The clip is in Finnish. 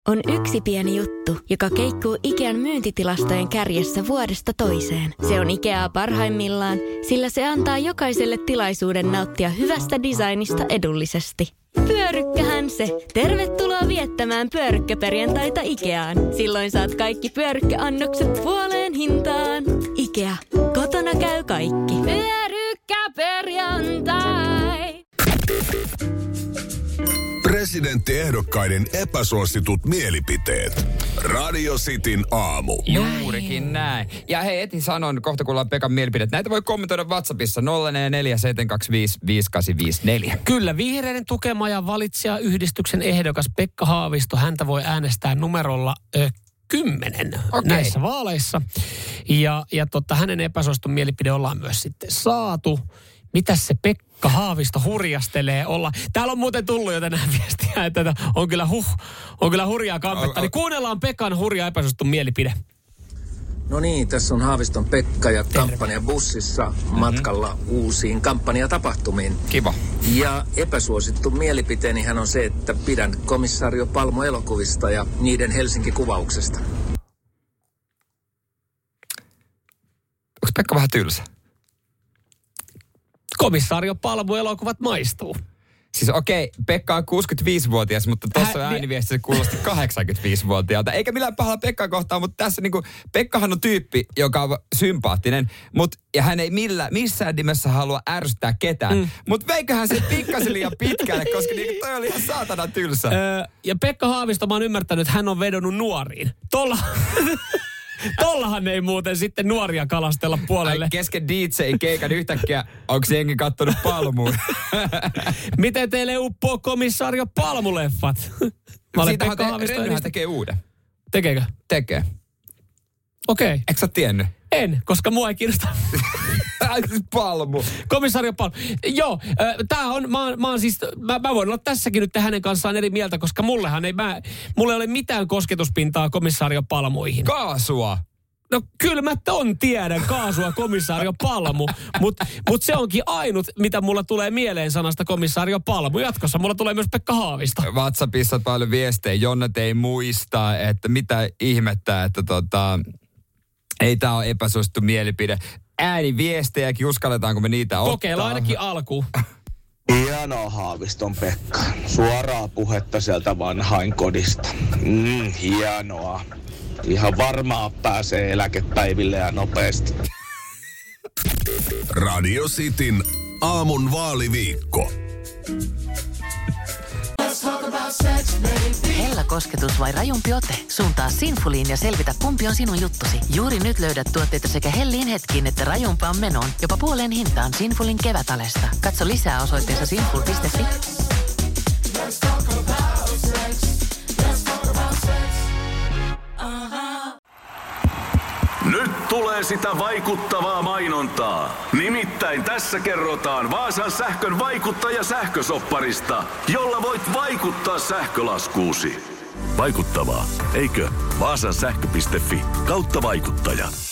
On yksi pieni juttu, joka keikkuu Ikean myyntitilastojen kärjessä vuodesta toiseen. Se on Ikeaa parhaimmillaan, sillä se antaa jokaiselle tilaisuuden nauttia hyvästä designista edullisesti. Pyörykkähän se! Tervetuloa viettämään pyörykkäperjantaita Ikeaan. Silloin saat kaikki pyörykkäannokset puoleen hintaan. Ikea. Kotona käy kaikki. Pyörykkäperjantai! Presidenttiehdokkaiden epäsuositut mielipiteet. Radio Cityn aamu. Juurikin näin. Ja hei, heti sanon, kohta kuullaan Pekan mielipidet. Näitä voi kommentoida WhatsAppissa 047255854. Kyllä, vihreiden tukema ja valitsijayhdistyksen ehdokas Pekka Haavisto, häntä voi äänestää numerolla 10 näissä vaaleissa. Ja hänen epäsuosittu mielipide ollaan myös sitten saatu. Mitäs se Pekka Haavisto hurjastelee olla? Täällä on muuten tullut jo tänään viestiä, että on kyllä hurjaa kampetta. Niin kuunnellaan Pekan hurjaa epäsuosittu mielipide. No niin, tässä on Haaviston Pekka ja kampanjabussissa matkalla uusiin kampanjatapahtumiin. Kiva. Ja epäsuosittu mielipiteeni hän on se, että pidän komissaario Palmu-elokuvista ja niiden Helsinki-kuvauksesta. Onko Pekka vähän tylsä? Komissaario Palmu-elokuvat maistuu. Siis okei, Pekka on 65-vuotias, mutta tuossa ääniviestissä kuulosti 85-vuotiaalta. Eikä millään pahalla Pekkaa kohtaan, mutta tässä niinku, Pekkahan on tyyppi, joka on sympaattinen, ja hän ei missään nimessä halua ärsyttää ketään. Mutta veiköhän se pikkasen liian pitkälle, koska niinku toi oli ihan saatana tylsä. Ja Pekka Haavisto, mä oon ymmärtänyt, että hän on vedonnut nuoriin. Tollahan ei muuten sitten nuoria kalastella puolelle. Kesken DJ-keikan yhtäkkiä, onko se jengi kattonut Palmuun? Miten teille uppoo komissaario Palmu-leffat? Rennyhän tekee uuden. Tekeekö? Tekee. Okei. Eikö sä tiennyt? En, koska mua ei kiinnosta. Palmu. Komissaario Palmu. Joo, tää on, mä voin olla tässäkin nyt hänen kanssaan eri mieltä, koska mulla ei ole mitään kosketuspintaa komissaario Palmuihin. Kaasua. No kyllä mä tiedän kaasua komissaario Palmu, mutta se onkin ainut, mitä mulla tulee mieleen sanasta komissaario Palmu. Jatkossa mulla tulee myös Pekka Haavisto. WhatsAppissa on paljon viestejä. Jonnat ei muista, että mitä ihmettä, että ei tää ole epäsuosittu mielipide. Ääniviestejäkin, uskalletaanko me niitä ottaa? Kokeillaan ainakin alkuun. Hienoa Haaviston Pekka. Suoraa puhetta sieltä vanhainkodista. Hienoa. Ihan varmaan pääsee eläkepäiville ja nopeasti. Radio Cityn aamun vaaliviikko. Hellä kosketus vai rajumpi ote? Suuntaa Sinfuliin ja selvitä, kumpi on sinun juttusi. Juuri nyt löydät tuotteita sekä helliin hetkiin että rajumpaan menoon. Jopa puoleen hintaan Sinfulin kevätalesta. Katso lisää osoitteessa sinful.fi. Nyt tulee sitä vaikuttavaa mainontaa. Nimittäin tässä kerrotaan Vaasan sähkön vaikuttaja-sähkösopparista, jolla voit vaikuttaa sähkölaskuusi. Vaikuttavaa, eikö? Vaasansähkö.fi/vaikuttaja.